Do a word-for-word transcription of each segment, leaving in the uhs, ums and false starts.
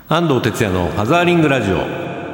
安藤哲也のファザーリングラジオ。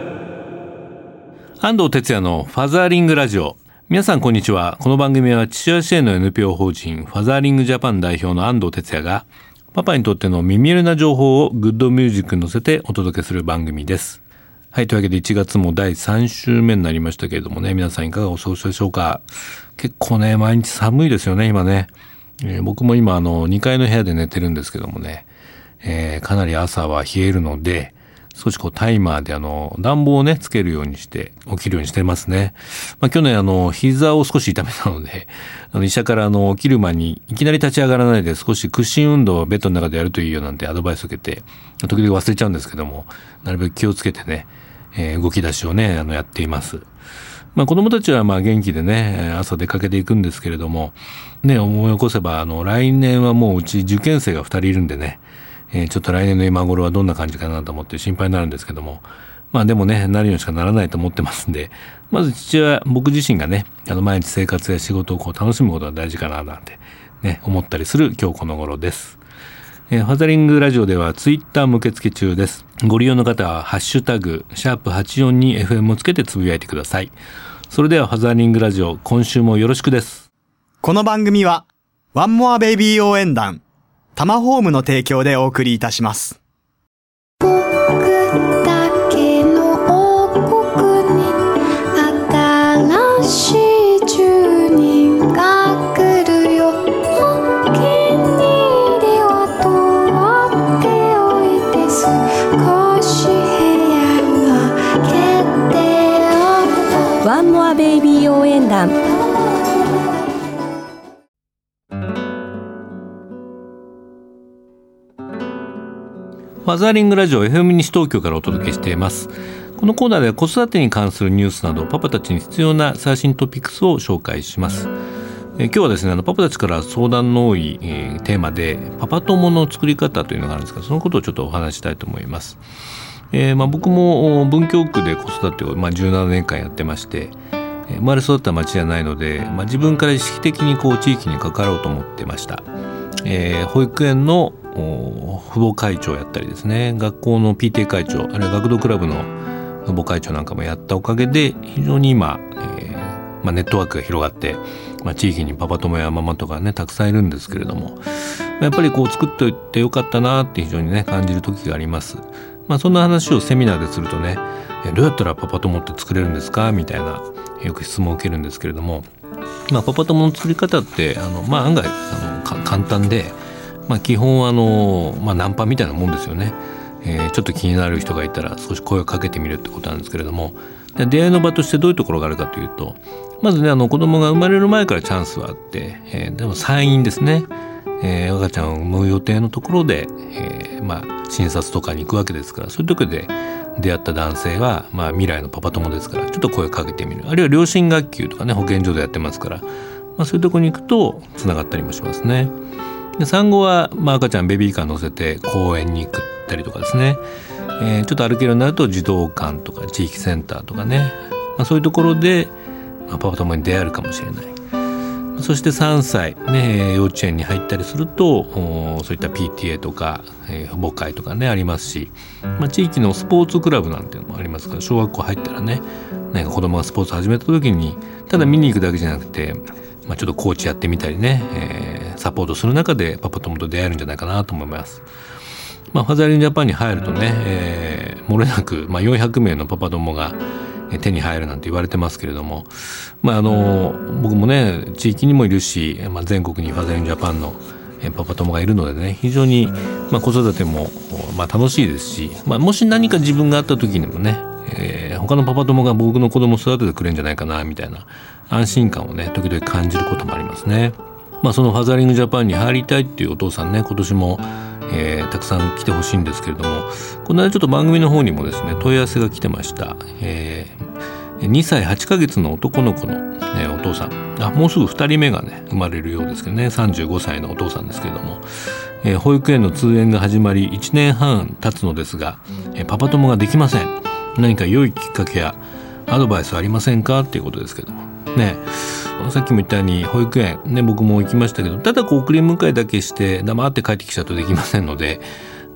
安藤哲也のファザーリングラジオ。皆さんこんにちは。この番組は父親支援の エヌピーオー 法人ファザーリングジャパン代表の安藤哲也がパパにとっての耳寄りな情報をグッドミュージックに乗せてお届けする番組です。はい、というわけでいちがつもだいさん週目になりましたけれどもね、皆さんいかがお過ごしでしょうか。結構ね、毎日寒いですよね、今ね。えー、僕も今あのにかいの部屋で寝てるんですけどもね、えー、かなり朝は冷えるので、少しこうタイマーであの暖房をねつけるようにして起きるようにしてますね。まあ去年あの膝を少し痛めたので、あの医者からあの起きる前にいきなり立ち上がらないで少し屈伸運動をベッドの中でやるといいよなんてアドバイスを受けて、時々忘れちゃうんですけども、なるべく気をつけてね、えー、動き出しをねあのやっています。まあ子供たちはまあ元気でね朝出かけていくんですけれどもね、思い起こせばあの来年はもううち受験生がふたりいるんでね、えー、ちょっと来年の今頃はどんな感じかなと思って心配になるんですけども、まあでもねなるようにしかならないと思ってますんで、まず父親僕自身がねあの毎日生活や仕事をこう楽しむことが大事かななんてね思ったりする今日この頃です。えー、ファザリングラジオではツイッターも受付中です。ご利用の方はハッシュタグシャープはちよんにエフエムをつけてつぶやいてください。それではファザリングラジオ、今週もよろしくです。 この番組はワンモアベイビー応援団タマホームの提供でお送りいたします。 僕だけの王国に新しい住人が来るよ。お気に入りは取っておいて少し部屋は決定を。ワンモアベイビー応援団。 ファザーリングラジオ エフエム 西東京からお届けしています。このコーナーでは子育てに関するニュースなどパパたちに必要な最新トピックスを紹介します。え今日はですねあのパパたちから相談の多い、えー、テーマでパパ友の作り方というのがあるんですが、そのことをちょっとお話ししたいと思います。えーまあ、僕も文京区で子育てを、まあ、じゅうななねんかんやってまして、えー、生まれ育った町じゃないので、まあ、自分から意識的にこう地域に関わろうと思ってました。えー、保育園の父母会長やったりですね、学校の ピーティー 会長、あるいは学童クラブの父母会長なんかもやったおかげで非常に今、えーまあ、ネットワークが広がって、まあ、地域にパパ友やママとかねたくさんいるんですけれども、やっぱりこう作っておいてよかったなって非常にね感じる時があります。まあ、そんな話をセミナーでするとね、どうやったらパパ友って作れるんですかみたいなよく質問を受けるんですけれども、まあ、パパ友の作り方ってあの、まあ、案外あの簡単で、まあ、基本はあの、まあ、ナンパみたいなもんですよね。えー、ちょっと気になる人がいたら少し声をかけてみるってことなんですけれども、で出会いの場としてどういうところがあるかというと、まずねあの子供が生まれる前からチャンスはあって、えー、でも産院ですね、えー、赤ちゃんを産む予定のところで、えーまあ、診察とかに行くわけですから、そういう時で出会った男性は、まあ、未来のパパ友ですからちょっと声をかけてみる、あるいは両親学級とかね保健所でやってますから、まあ、そういうところに行くとつながったりもしますね。で産後は、まあ、赤ちゃんベビーカー乗せて公園に行ったりとかですね、えー、ちょっと歩けるようになると児童館とか地域センターとかね、まあ、そういうところで、まあ、パパ友に出会えるかもしれない。そしてさんさい、ね、幼稚園に入ったりするとそういった ピーティーエー とか、えー、父母会とかねありますし、まあ、地域のスポーツクラブなんていうのもありますから、小学校入ったらねなんか子供がスポーツ始めた時にただ見に行くだけじゃなくて、まあ、ちょっとコーチやってみたりね、えー、サポートする中でパパ友と出会えるんじゃないかなと思います。まあ、ファザーリングジャパンに入るとね、えー、漏れなく、まあ、よんひゃくめいのパパ友が手に入るなんて言われてますけれども、まあ、あの僕もね地域にもいるし、まあ、全国にファザーリングジャパンのパパ友がいるのでね非常に、まあ、子育ても、まあ、楽しいですし、まあ、もし何か自分があった時にもね、えー、他のパパ友が僕の子供を育ててくれるんじゃないかなみたいな安心感をね時々感じることもありますね。まあ、そのファザーリングジャパンに入りたいっていうお父さんね今年も、えー、たくさん来てほしいんですけれども、この間ちょっと番組の方にもですね問い合わせが来てました。えー、にさいはちかげつの男の子の、ね、お父さん、あもうすぐふたりめがね生まれるようですけどね、さんじゅうごさいのお父さんですけれども、えー、保育園の通園が始まりいちねんはん経つのですが、えー、パパ友ができません。何か良いきっかけやアドバイスありませんかっていうことですけどもね、さっきも言ったように保育園ね僕も行きましたけど、ただこう送り迎えだけして黙って帰ってきちゃうとできませんので、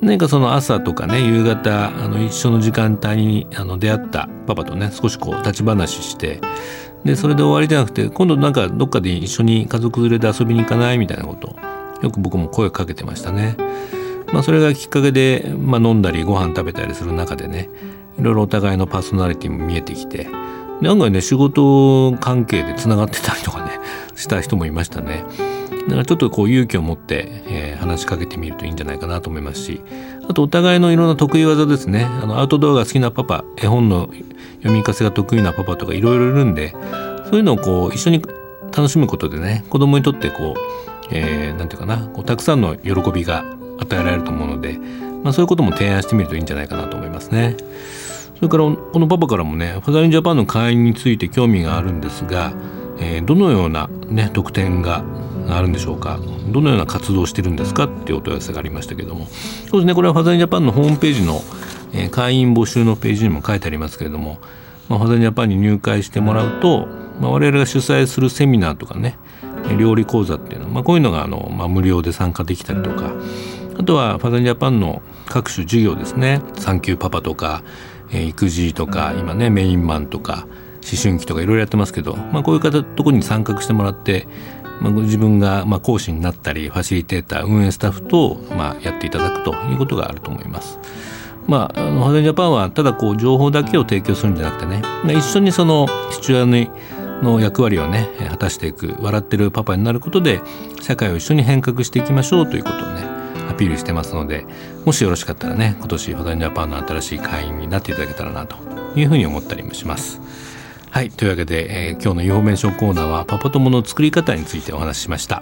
何かその朝とかね夕方あの一緒の時間帯にあの出会ったパパとね少しこう立ち話してでそれで終わりじゃなくて今度なんかどっかで一緒に家族連れで遊びに行かないみたいなことをよく僕も声かけてましたね。まあ、それがきっかけで、まあ、飲んだりご飯食べたりする中でねいろいろお互いのパーソナリティも見えてきてで案外ね仕事関係でつながってたりとかねした人もいましたね。だからちょっとこう勇気を持って、えー、話しかけてみるといいんじゃないかなと思いますしあとお互いのいろんな得意技ですねあのアウトドアが好きなパパ絵本の読み聞かせが得意なパパとかいろいろいるんでそういうのをこう一緒に楽しむことでね子供にとってこう、えー、なんていうかなこうたくさんの喜びが与えられると思うので、まあ、そういうことも提案してみるといいんじゃないかなと思いますね。それからこのパパからもねファザリンジャパンの会員について興味があるんですが、えー、どのような、ね、特典があるんでしょうかどのような活動をしてるんですかっていうお問い合わせがありましたけどもそうですねこれはファザリンジャパンのホームページの、えー、会員募集のページにも書いてありますけれども、まあ、ファザリンジャパンに入会してもらうと、まあ、我々が主催するセミナーとかね料理講座っていうのは、まあ、こういうのがあの、まあ、無料で参加できたりとかあとはファザリンジャパンの各種授業ですね産休パパとか、えー、育児とか今ねメインマンとか思春期とかいろいろやってますけど、まあ、こういう方ところに参画してもらって、まあ、自分がまあ講師になったりファシリテーター運営スタッフとまあやっていただくということがあると思います。まあ、あのファザリンジャパンはただこう情報だけを提供するんじゃなくてね一緒にその父親の役割をね果たしていく笑ってるパパになることで社会を一緒に変革していきましょうということをねアピールしてますのでもしよろしかったらね今年ファザリンジャパンの新しい会員になっていただけたらなというふうに思ったりもします。はい、というわけで、えー、今日のインフォメーションコーナーはパパ友の作り方についてお話ししました。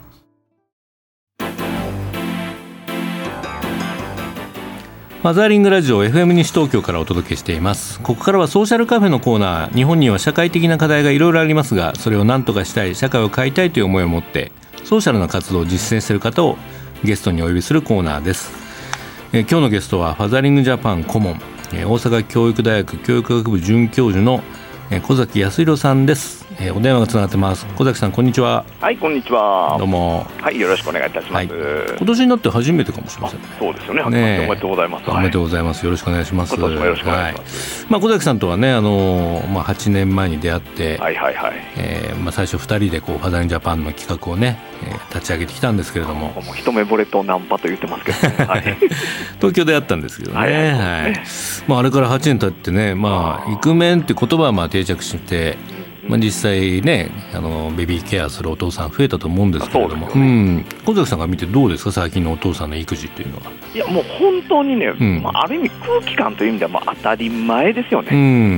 マザーリングラジオ エフエム 西東京からお届けしています。ここからはソーシャルカフェのコーナー。日本には社会的な課題がいろいろありますがそれを何とかしたい社会を変えたいという思いを持ってソーシャルな活動を実践している方をゲストにお呼びするコーナーです。えー、今日のゲストはファザリングジャパン顧問、えー、大阪教育大学教育学部准教授の小崎康弘さんです。えー、お電話がつながってます。小崎さんこんにちは。 はい、こんにちは。 どうも。 はい、よろしくお願いいたします。はい、 今年になって初めてかもしれませんね。 そうですよね。ねおめでとうございます。 おめでとうございます。よろしくお願いします。 今年もよろしくお願いします。 はい、まあ、小崎さんとはね、あのまあ、はちねんまえに出会って、 はいはいはい。 えーまあ、最初ふたりでこうファザリンジャパンの企画をね、えー、立ち上げてきたんですけれども、 もう一目惚れとナンパと言ってますけど、ねはい、 東京で会ったんですけどね。はいはいはい、まあ、あれからはちねん経ってね、まあ、イクメンって言葉はまあ定着して、まあ、実際ねあのベビーケアするお父さん増えたと思うんですけれども、う、ね、うん、小崎さんが見てどうですか最近のお父さんの育児っていうのは。 いやもう本当にね、うんまあ、ある意味空気感という意味ではまあ当たり前ですよね、うん、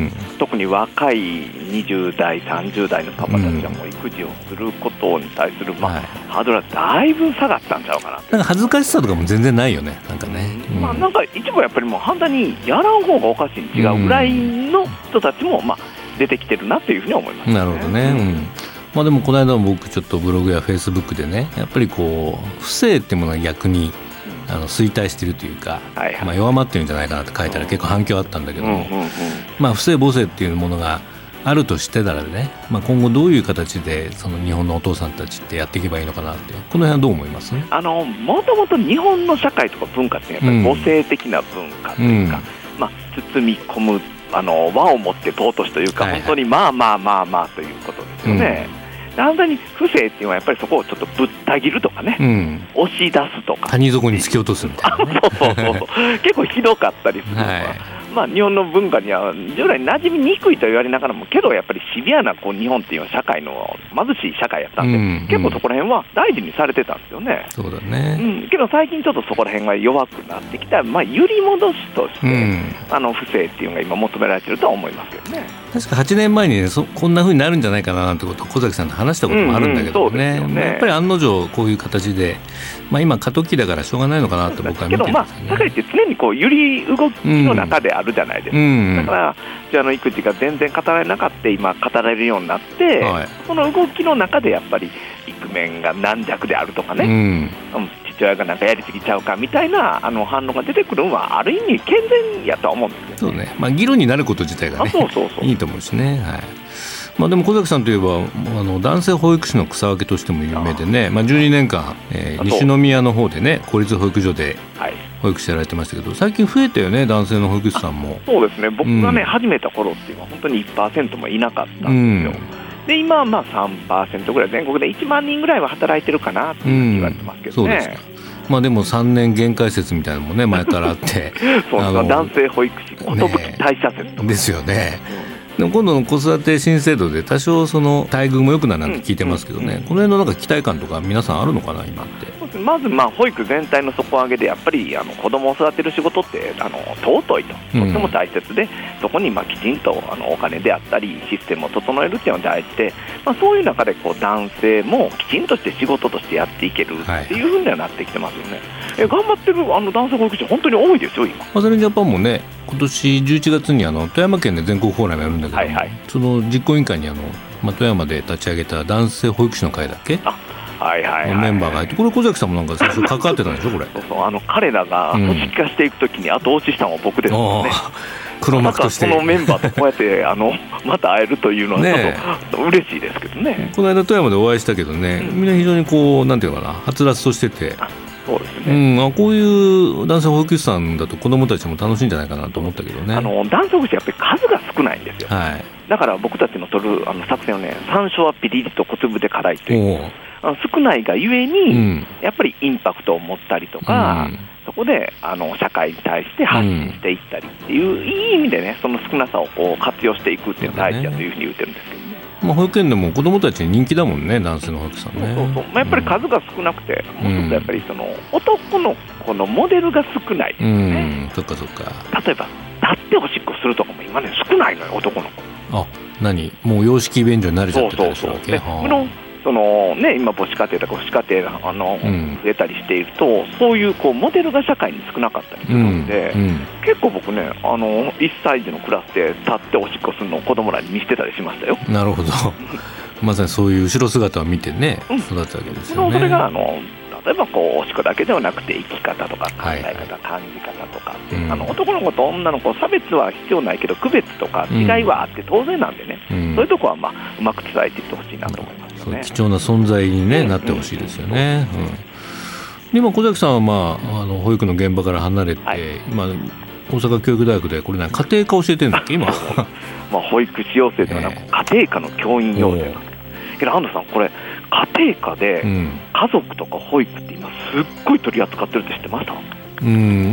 特に若いにじゅう代さんじゅう代のパパたちがもう育児をすることに対する、まあはい、ハードルはだいぶ下がったんちゃうかな。 なんか恥ずかしさとかも全然ないよねなんかね、 うんまあ、なんか一部やっぱりもう反対にやらん方がおかしいに違うぐらいの人たちもまあ出てきてるなというふうに思います、ね、 なるほどね、うんまあ、でもこの間も僕ちょっとブログやフェイスブックでねやっぱりこう不正っていうものが逆にあの衰退しているというか、はいはいまあ、弱まってるんじゃないかなって書いたら結構反響あったんだけども、うんうんうんまあ、不正母性っていうものがあるとしてたらね、まあ、今後どういう形でその日本のお父さんたちってやっていけばいいのかなってこの辺はどう思います？ あのもともと日本の社会とか文化ってやっぱり母性的な文化というか、うんまあ、包み込むあの和を持って尊しというか、はいはい、本当にまあまあまあまあということですよね、うん、反対に不正っていうのはやっぱりそこをちょっとぶった切るとかね、うん、押し出すとか谷底に突き落とすみたいな、ね、 そうそうそう結構ひどかったりするのは、はいまあ、日本の文化には従来馴染みにくいと言われながらもけどやっぱりシビアなこう日本っていうのは社会の貧しい社会やったんで、うんうん、結構そこら辺は大事にされてたんですよね。 そうだね、 うん、けど最近ちょっとそこら辺が弱くなってきた、まあ、揺り戻しとして、うん、あの不正っていうのが今求められているとは思いますけどね。 確かはちねんまえに、ね、そこんな風になるんじゃないかななんてことを小崎さんと話したこともあるんだけどね、うんうん、ねやっぱり案の定こういう形で、まあ、今過渡期だからしょうがないのかなと僕は見てるんですよね。 けどまあ社会って常にこう揺り動きの中であるじゃないですか、うんうん、だからじゃあの育児が全然語られなかった今語られるようになって、はい、その動きの中でやっぱりイクメンが軟弱であるとかね、うん父親がなんかやりすぎちゃうかみたいなあの反応が出てくるのはある意味健全やとは思うんですけど、 ね、そうね、まあ、議論になること自体がねそうそうそういいと思うしね、はいまあ、でも小崎さんといえばあの男性保育士の草分けとしても有名でね、まあ、じゅうにねんかん、えー、西宮の方でね公立保育所で保育士やられてましたけど、最近増えたよね、男性の保育士さんも。 そうですね、僕がね、 うん、 始めた頃っていうのは本当に いちパーセント もいなかったんですよ、うん、で今はまあ さんパーセント ぐらい、全国でいちまんにんぐらいは働いてるかなって言われてますけどね、うん、そうですか。 まあ、でもさんねん限界説みたいなのもね前からあってそうあの男性保育士寿退社説とか、 ね、ですよね、うん、でも今度の子育て新制度で多少その待遇も良くなるなんて聞いてますけどね、うんうんうん、この辺のなんか期待感とか皆さんあるのかな今って。 まずまあ保育全体の底上げでやっぱりあの子供を育てる仕事ってあの尊いと、とっても大切で、うん、そこにまあきちんとあのお金であったりシステムを整えるっていうのが大事で、まあ、そういう中でこう男性もきちんとして仕事としてやっていけるっていうふうにはなってきてますよね、はい、え頑張ってるあの男性保育士本当に多いですよ今。 マザリンジャパンもね今年じゅういちがつにあの富山県で全国フォーラムやるんだけど、はいはい、その実行委員会にあの、まあ、富山で立ち上げた男性保育士の会だっけ、あはいはいはい、 メンバーが入って、これ小崎さんもなんか最初関わってたんでしょこれ。 そうそう、あの彼らが組織化していくときに後押ししたのは僕ですもんね、うん、 黒幕としてそのメンバーとこうやってあのまた会えるというのはちょっと嬉しいですけどね。 この間富山でお会いしたけどね、うん、みんな非常にこうなんていうのかな、はつらつとしてて、 そうですね、 うん、あこういう男性保育士さんだと子どもたちも楽しいんじゃないかなと思ったけどね。 あの男性保育士やっぱり数が少ないんですよ、はい、だから僕たちの取るあの作戦はね、山椒はピリリと小粒で辛いという少ないがゆえに、うん、やっぱりインパクトを持ったりとか、うん、そこであの社会に対して発信していったりっていう、うん、いい意味でねその少なさをこう活用していくっていうのが大事だというふうに言ってるんですけどね。 まあ、保育園でも子どもたちに人気だもんね、男性の保育士さんね。 そうそうそう、まあ、やっぱり数が少なくて、うん、もうちょっとやっぱりその男の子のモデルが少ないですよね、 うん、そっかそっか。 例えば立っておしっこするとかも今ね少ないのよ、男の子。 あ、何もう洋式便所に慣れちゃってたりするわけ。 そうそうそう、ね、そのね、今母子家庭とか父子家庭があの、うん、増えたりしていると、そういうこうモデルが社会に少なかったりするので、うんうん、結構僕ねあのいっさい児のクラスで立っておしっこするのを子供らに見せてたりしましたよ。 なるほどまさにそういう後ろ姿を見てね、うん、育つわけですよね。 それがあの例えばこうおしっこだけではなくて生き方とか考え方、はいはい、感じ方とかって、うん、あの男の子と女の子差別は必要ないけど区別とか違いはあって当然なんでね、うん、そういうとこはまあうまく伝えていってほしいなと思いますよね。 そう貴重な存在に、ね、うん、なってほしいですよね、うんうん、今小崎さんは、まあ、あの保育の現場から離れて、はい、今大阪教育大学でこれ何家庭科教えてるんだっけ今まあ保育士養成というのは家庭科の教員養成なんですけど、安藤さんこれ家庭科で家族とか保育って今すっごい取り扱ってるって知ってました？ うん、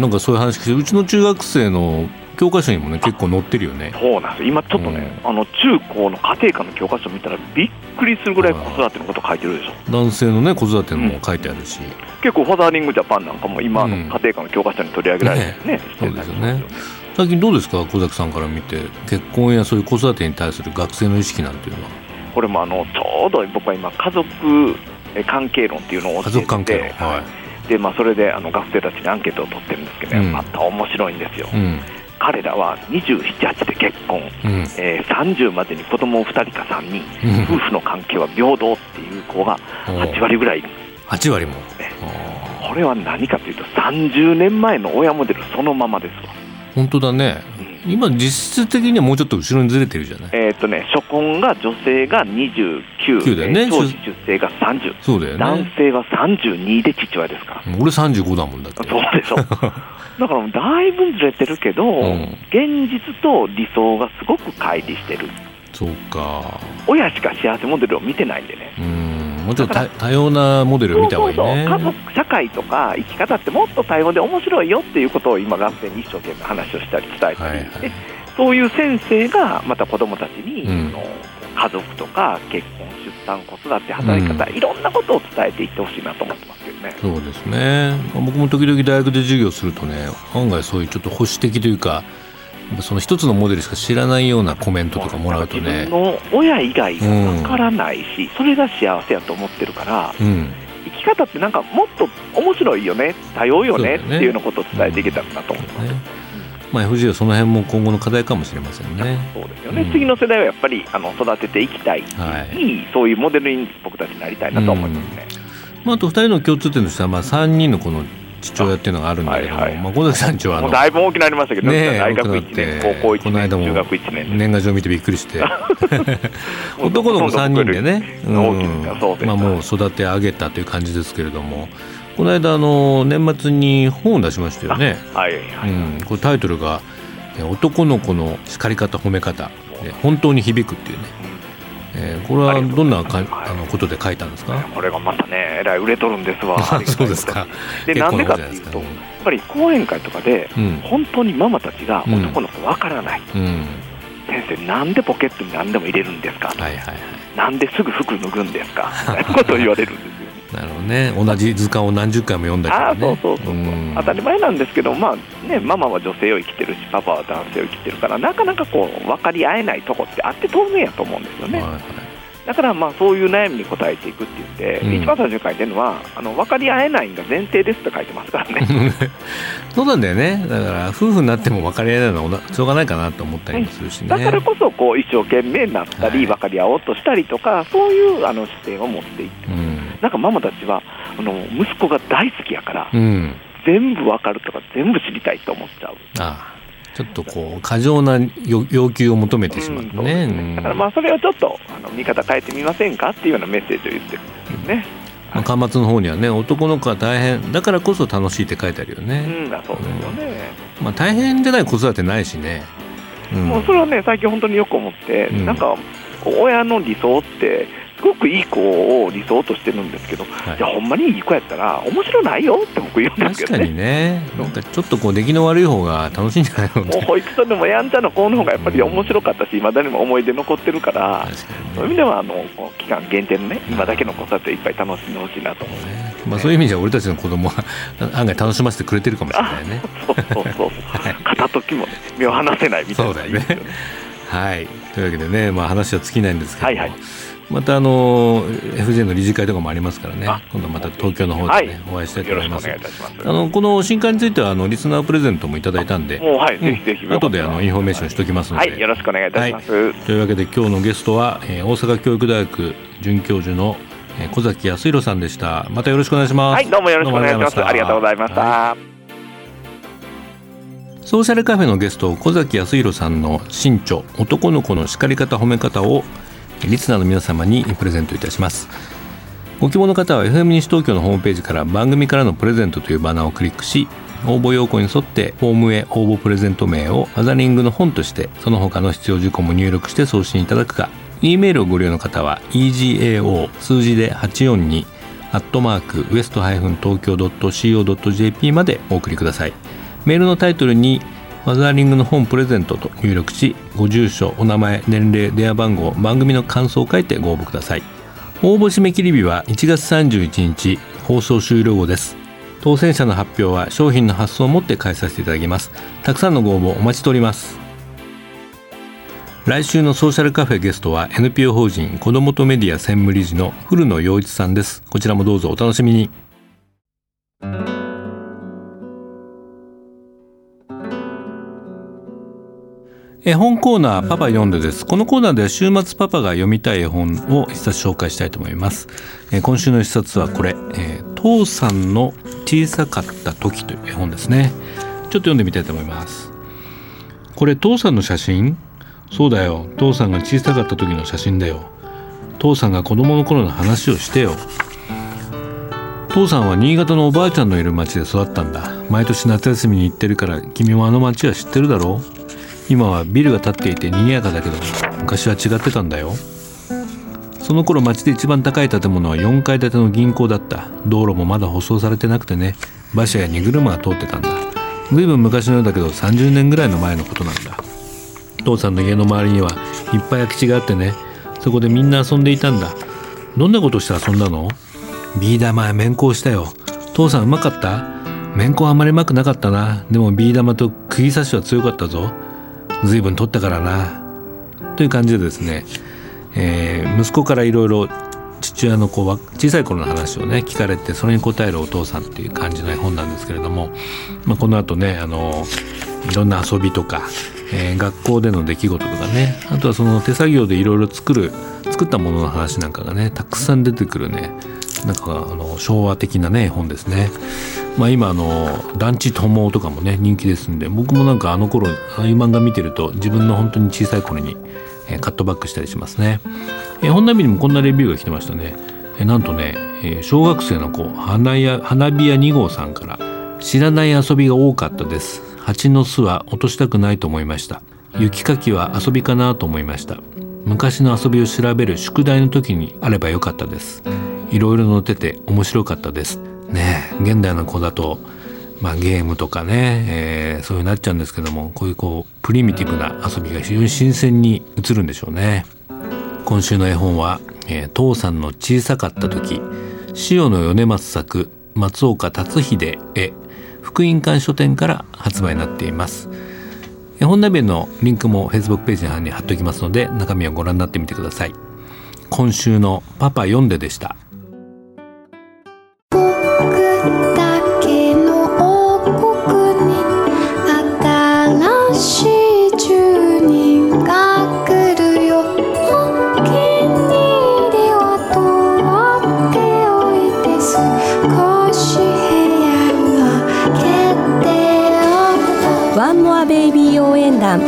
なんかそういう話聞いて、うちの中学生の教科書にもね結構載ってるよね。 そうなんです。今ちょっとね、うん、あの中高の家庭科の教科書見たらびっくりするぐらい子育てのこと書いてるでしょ。 男性のね子育てのも書いてあるし、うん、 結構ファザーリングジャパンなんかも今の家庭科の教科書に取り上げられてね、ね、 そうですよね。最近どうですか小崎さんから見て、結婚やそういう子育てに対する学生の意識なんていうのは。 これもあのちょうど僕は今家族関係論っていうのを教えてて、家族関係論、はい、でまあ、それであの学生たちにアンケートを取ってるんですけど、ね、うん、また面白いんですよ、うん、彼らはにじゅうなな、はちで結婚、うん、えー、さんじゅうまでに子供をふたりかさんにん、うん、夫婦の関係は平等っていう子がはちわりぐらいいる。 はちわりも、 ね、これは何かというとさんじゅうねんまえの親モデルそのままですわ。 本当だね、うん、今実質的にはもうちょっと後ろにずれてるじゃない。 えーっとね、初婚が女性がにじゅうきゅうで、ね、長子出生がさんじゅう、 そうだよね、 男性はさんじゅうにで父親ですから。 俺さんじゅうごだもんだって。 そうでしょだからだいぶずれてるけど、うん、現実と理想がすごく乖離してる。 そうか、 親しか幸せモデルを見てないんでね。 うん、もうちょっと多様なモデルを見た方がいいね。 そうそうそう、家族社会とか生き方ってもっと多様で面白いよっていうことを今学生に一生懸命話をしたり伝えたり、はいはい、そういう先生がまた子どもたちに、うん、の家族とか結婚出産子育て働き方、うん、いろんなことを伝えていってほしいなと思ってますけどね。 そうですね。僕も時々大学で授業するとね、案外そういうちょっと保守的というかその一つのモデルしか知らないようなコメントとかもらうとね、 自分の親以外はわからないし、うん、それが幸せやと思ってるから、うん、生き方ってなんかもっと面白いよね、多様よねっていうようなことを伝えていけたらなと思います、うんね。 まあ、エフジー はその辺も今後の課題かもしれませんね。 そうですよね、うん、次の世代はやっぱりあの育てていきたい、はい、そういうモデルに僕たちになりたいなと思いますね、 うん、まあ、あとふたりの共通点としては、まあ、さんにんのこの父親っていうのがあるんだけども、はいはい、まあ、小崎さんちはあのもうだいぶ大きくなりましたけど、 ね、 大学いちねん、高校いちねん、中学いちねん、 年賀状見てびっくりして男の子さんにんでね、うん、まあ、もう育て上げたという感じですけれども、 この間あの年末に本を出しましたよね。 はいはい、うん、これタイトルが男の子の叱り方褒め方で本当に響くっていうね、えー、これはどんなかあのことで書いたんですか。 これがまたねえらい売れとるんですわ。 そうですか。 でなんでかっていうと、やっぱり講演会とかで、うん、本当にママたちが男の子わからない、うんうん、先生なんでポケットに何でも入れるんですか、はいはいはい、なんですぐ服脱ぐんですかみたいなことを言われるんですよ。 なるほどね。同じ図鑑を何十回も読んだりとかね。 あそうそうそうそう、うん、当たり前なんですけど、まあね、ママは女性を生きてるしパパは男性を生きてるから、なかなかこう分かり合えないとこってあって当然やと思うんですよね、はいはい。だからまあそういう悩みに答えていくって言って、うん、一番最初に書いてるのはあの分かり合えないのが前提ですって書いてますからね。 そうなんだよね。だから夫婦になっても分かり合えないのはしょうがないかなと思ったりもするしね、 うん、だからこそこう一生懸命になったり、はい、分かり合おうとしたりとか、そういうあの視点を持っていって、うん、なんかママたちはあの息子が大好きやから、うん、全部分かるとか全部知りたいと思っちゃう。ああ、 ちょっとこう過剰な要求を求めてしまうね、うん、そうですね。 だからまあそれをちょっとあの見方変えてみませんかっていうようなメッセージを言ってるんですね、 うん。まあ、巻末の方にはね、男の子は大変だからこそ楽しいって書いてあるよね、 うん、そうですよね、 うん。まあ、大変じゃない子育てないしね、 うん、もうそれはね最近本当によく思って、うん、なんか親の理想ってすごくいい子を理想としてるんですけど、はい、いやほんまにいい子やったら面白ないよって僕言うんですけどね。 確かにね、なんかちょっとこう出来の悪い方が楽しいんじゃないのって。 もう保育所でもやんちゃな子の方がやっぱり面白かったし、いまだにも思い出残ってるから、ね、そういう意味ではあの期間限定のね今だけの子育ていっぱい楽しんでほしいなと思う、ね。 まあ、そういう意味じゃ俺たちの子供は案外楽しませてくれてるかもしれないね。 そうそうそうそう、はい、片時もね目を離せないみたいな。 そうだよね。はい、というわけでね、まあ、話は尽きないんですけども、はいはい、またあの エフジェー の理事会とかもありますからね、今度また東京の方で、ね、はい、お会いしたいと思います。あのこの新刊についてはあのリスナープレゼントもいただいたんで、 もう、はい、ぜひぜひ後であのインフォメーションしておきますので、 はい、よろしくお願いいたします、はい、 というわけで今日のゲストは、えー、大阪教育大学准教授のえー、小崎康弘さんでした。またよろしくお願いします。 はい、どうもよろしくお願いします。ありがとうございました、はい。 ソーシャルカフェのゲスト小崎康弘さんの新著男の子の叱り方褒め方をリスナーの皆様にプレゼントいたします。ご希望の方は エフエム 西東京のホームページから番組からのプレゼントというバナーをクリックし、応募要項に沿ってフォームへ応募プレゼント名をマザリングの本としてその他の必要事項も入力して送信いただくか、E メールをご利用の方は イージーエーオー 数字ではちよんにアットマークウエストハイフン東京ドットシーオードットジェーピー までお送りください。メールのタイトルにマザーリングの本プレゼントと入力し、ご住所、お名前、年齢、電話番号、番組の感想を書いてご応募ください。応募締め切り日はいちがつさんじゅういちにち、放送終了後です。当選者の発表は商品の発送をもって返させていただきます。たくさんのご応募お待ちしております。来週のソーシャルカフェゲストは エヌピーオー 法人子どもとメディア専務理事の古野陽一さんです。こちらもどうぞお楽しみに。絵本コーナーパパ読んでです。このコーナーでは週末パパが読みたい絵本を一冊紹介したいと思います。えー、今週の一冊はこれ、えー、父さんの小さかった時という絵本ですね。ちょっと読んでみたいと思います。これ父さんの写真？そうだよ、父さんが小さかった時の写真だよ。父さんが子供の頃の話をしてよ。父さんは新潟のおばあちゃんのいる町で育ったんだ。毎年夏休みに行ってるから君もあの町は知ってるだろう。今はビルが建っていて賑やかだけど昔は違ってたんだよ。その頃町で一番高い建物はよんかい建ての銀行だった。道路もまだ舗装されてなくてね、馬車や荷車が通ってたんだ。ずいぶん昔のようだけどさんじゅうねんぐらいの前のことなんだ。父さんの家の周りにはいっぱい空き地があってね、そこでみんな遊んでいたんだ。どんなことして遊んだの？ビー玉や面工したよ。父さんうまかった？面工はあまりうまくなかったな。でもビー玉と釘刺しは強かったぞ。ずいぶん取ったからな。という感じでですね、えー、息子からいろいろ父親のこう小さい頃の話をね聞かれて、それに答えるお父さんっていう感じの絵本なんですけれども、まあ、この後ねあのいろんな遊びとか、えー、学校での出来事とかね、あとはその手作業でいろいろ作る作ったものの話なんかがねたくさん出てくるね、なんかあの昭和的なね本ですね。まあ今あの団地友とかもね人気ですんで、僕もなんかあの頃ああいう漫画見てると自分の本当に小さい頃に、えー、カットバックしたりしますね。えー、本並にもこんなレビューが来てましたね。 えなんとね、え小学生の子花や花火屋に号さんから、知らない遊びが多かったです。蜂の巣は落としたくないと思いました。雪かきは遊びかなと思いました。昔の遊びを調べる宿題の時にあればよかったです。いろいろ載ってて面白かったですね。現代の子だと、まあ、ゲームとかね、えー、そういうなっちゃうんですけども、こういうこうプリミティブな遊びが非常に新鮮に映るんでしょうね。今週の絵本は、えー、父さんの小さかった時、塩の米松作、松岡達秀絵、福音館書店から発売になっています。絵本ナビのリンクも Facebook ページに貼っておきますので、中身をご覧になってみてください。今週のパパ読んででした。 ワンモアベイビー応援団。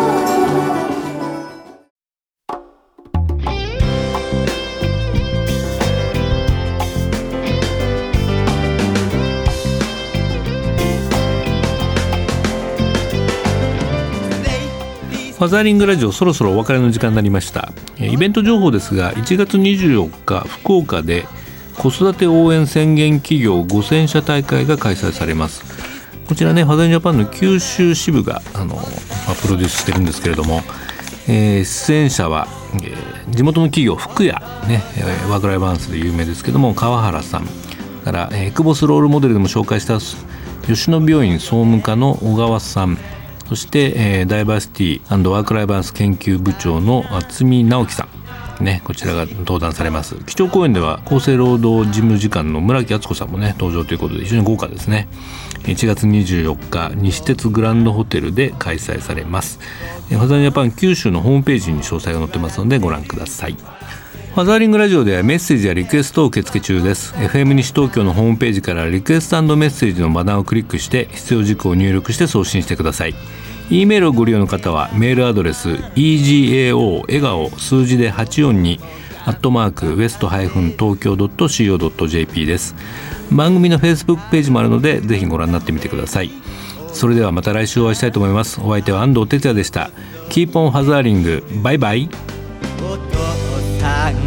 ファザーリングラジオ、そろそろお別れの時間になりました。イベント情報ですが、いちがつにじゅうよっか福岡で子育て応援宣言企業ごせんしゃ大会が開催されます。こちらね、ファザーリンジャパンの九州支部があの、まあ、プロデュースしてるんですけれども、えー、出演者は、えー、地元の企業福屋、ね、ワークライフバランスで有名ですけども川原さんから、えー、エクボスロールモデルでも紹介した吉野病院総務課の小川さん、そして、えー、ダイバーシティ&ワークライフバランス研究部長の渥美直樹さん、ね、こちらが登壇されます。基調講演では厚生労働事務次官の村木敦子さんもね登場ということで、非常に豪華ですね。いちがつにじゅうよっか西鉄グランドホテルで開催されます。ファザーリングジャパン九州のホームページに詳細が載ってますのでご覧ください。ファザーリングラジオではメッセージやリクエストを受け付け中です。 エフエム 西東京のホームページからリクエスト&メッセージのバナーをクリックして必要事項を入力して送信してください。 E メールをご利用の方はメールアドレス イージーエーオー 笑顔数字ではちよんにアットマークウエストハイフン東京ドットシーオードットジェーピー です。番組の Facebook ページもあるのでぜひご覧になってみてください。それではまた来週お会いしたいと思います。お相手は安藤哲也でした。キーポンファザーリング、バイバイ。お父さん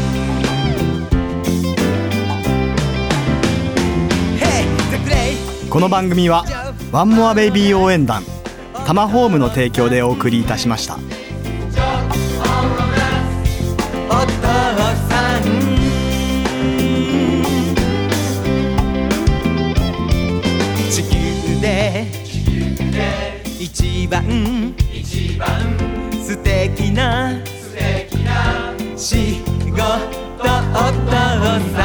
この番組はワンモアベイビー応援団タマホームの提供でお送りいたしました。お父さん地球で一番素敵な仕事お父さん